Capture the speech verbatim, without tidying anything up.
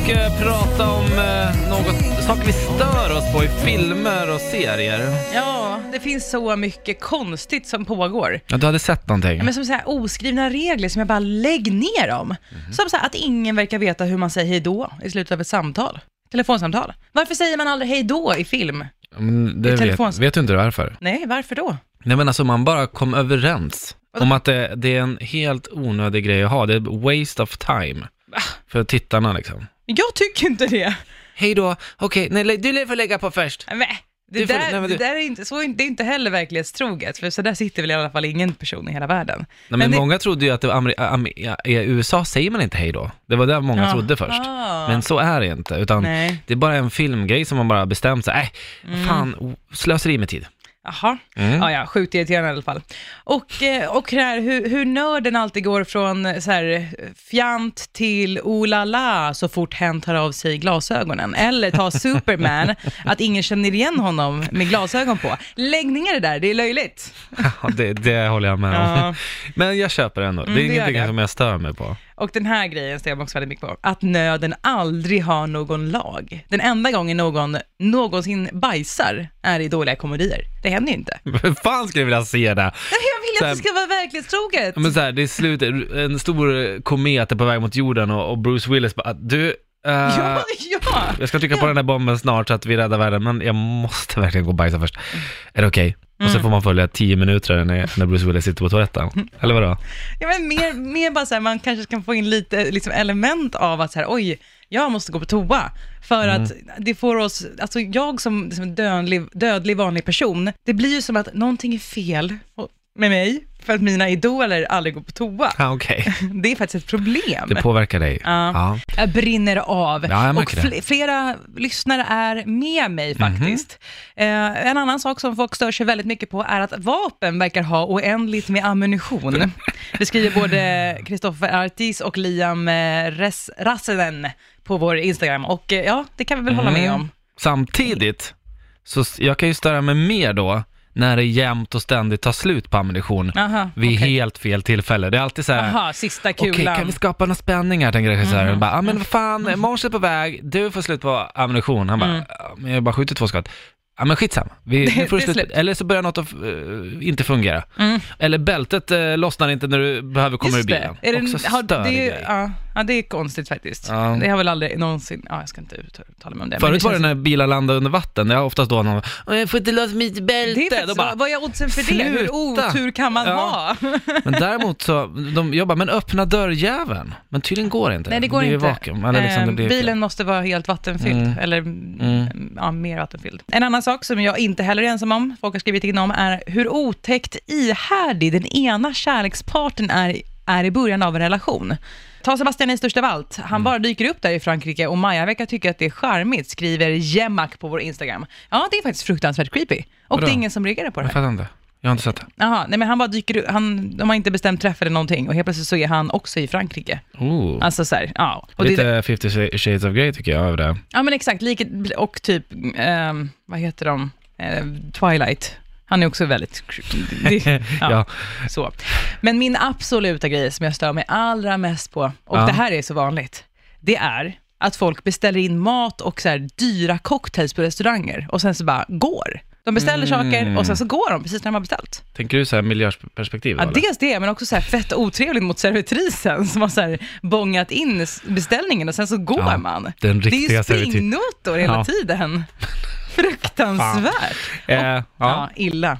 ska prata om eh, något saker vi stör oss på i filmer och serier. Ja, det finns så mycket konstigt som pågår. Ja, du hade sett någonting. Ja, men som så här oskrivna regler som jag bara lägg ner dem. Mm-hmm. Som så här att ingen verkar veta hur man säger hej då i slutet av ett samtal. Telefonsamtal. Varför säger man aldrig hej då i film? Men det vet, vet du inte varför? Nej, varför då? Nej, men alltså man bara kom överens om att det, det är en helt onödig grej att ha. Det är waste of time för tittarna liksom. Jag tycker inte det. Hej då, okej, okay, nej, du får lägga på först. Nej, det, får, där, nej, du... det där är inte, så, det är inte heller verklighetstroget. För så där sitter väl i alla fall ingen person i hela världen. Nej, men men det... många trodde ju att det var Amer- Amer- i U S A säger man inte hej då. Det var det många ja. trodde först. Ah. Men så är det inte. Utan nej. Det är bara en filmgrej som man bara bestämt sig. Nej, äh, mm. fan, slöseri med tid. Jaha, mm. ja, ja, sjukt irriterande i alla fall. Och, och här, hur, hur nörden alltid går från så här, fjant till olala så fort hen tar av sig glasögonen. Eller ta Superman, att ingen känner igen honom med glasögon på. Läggningar det där, det är löjligt. Ja, det, det håller jag med om. Ja. Men jag köper det ändå. Det är mm, ingenting det. som jag stör mig på. Och den här grejen ser jag också väldigt mycket på. Att nöden aldrig har någon lag. Den enda gången någon någonsin bajsar är i dåliga komedier. Det händer ju inte. Hur fan skulle jag vilja se det? Jag vill att det ska vara verklighetstroget. Men så här, det är slut, en stor komet är på väg mot jorden och, och Bruce Willis bara, du... Uh, ja, ja. Jag ska trycka på ja. den här bomben snart så att vi räddar världen. Men jag måste verkligen gå och bajsa först. Mm. Är det okej? Okay? Och så får man följa tio minuter när, när Bruce Willis sitter på toaletten. Eller vadå? Ja, men mer, mer bara så här, man kanske kan få in lite liksom, element av att så här, oj, jag måste gå på toa. För mm. att det får oss, alltså jag som, som dödlig, dödlig vanlig person, det blir ju som att någonting är fel med mig. För att mina idoler aldrig går på toa. Ah, okay. Det är faktiskt ett problem. Det påverkar dig. Ja. Ja. Jag brinner av. Ja, jag och fl- flera lyssnare är med mig faktiskt. Mm-hmm. Eh, en annan sak som folk stör sig väldigt mycket på är att vapen verkar ha oändligt med ammunition. Det skriver både Kristoffer Artis och Liam Res- Rassenen på vår Instagram. Och eh, ja, det kan vi väl mm. hålla med om. Samtidigt, så jag kan ju störa mig mer då när det jämt och ständigt tar slut på ammunition. Aha, vid okay. helt fel tillfälle. Det är alltid så här. Aha, sista kulan. Okej, okay, kan vi skapa några spänningar, tänker jag så här. Mm. Bara, ah, men vad fan, Måns är på väg. Du får slut på ammunition. Han bara, mm. men jag har bara skjutit två skott. Ja, men skitsamma. Vi, det, får slut. Slut. Eller så börjar något att uh, inte fungera. Mm. Eller bältet uh, lossnar inte när du behöver komma ur bilen. Är det, Också har, det, ja, ja, det är konstigt faktiskt. Ja. Det har väl aldrig någonsin... Ja, jag ska inte uttala mig om det. Förut det var det när bilar landade under vatten. Det är oftast då någon... Jag får inte lösa mitt bälte. Det är faktiskt, bara, vad är oddsen för sluta. det? Hur otur kan man ja. ha? Men däremot så... De jobbar, men öppna dörrjäveln. Men tydligen går det inte. Nej, det går det inte. Vakuum. Eller liksom, det blir bilen måste vara helt vattenfylld. Mm. Eller mm. Ja, mer vattenfylld. En annan sak som jag inte heller är ensam om, folk har skrivit in om, är hur otäckt ihärdig den ena kärleksparten är, är i början av en relation. Ta Sebastian i största av allt. Han mm. bara dyker upp där i Frankrike och Maja verkar tycka att det är charmigt, skriver Gemak på vår Instagram. Ja, det är faktiskt fruktansvärt creepy. Och Vadå? Det är ingen som reagerar på det här. Jag fattar inte. Jag har inte sett det. Jaha, nej men han bara dyker upp, han, de har inte bestämt träff eller någonting och helt plötsligt så är han också i Frankrike. Oh. Alltså så här, ja. Och lite det, fifty Shades of Grey tycker jag över det. Ja men exakt, lika, och typ, um, vad heter de? Uh, Twilight. Han är också väldigt... Det, ja, ja. Så. Men min absoluta grej som jag stör mig allra mest på, och ja. det här är så vanligt, det är att folk beställer in mat och så här dyra cocktails på restauranger och sen så bara går. De beställer mm. saker och sen så går de precis när de har beställt. Tänker du så här miljöperspektiv? Ja, dels det, men också så här fett otrevligt mot servitrisen som har så här bongat in beställningen och sen så går ja, man. Den riktiga det är ju springnotor hela ja. tiden. Fruktansvärt. Eh, ja. ja, illa.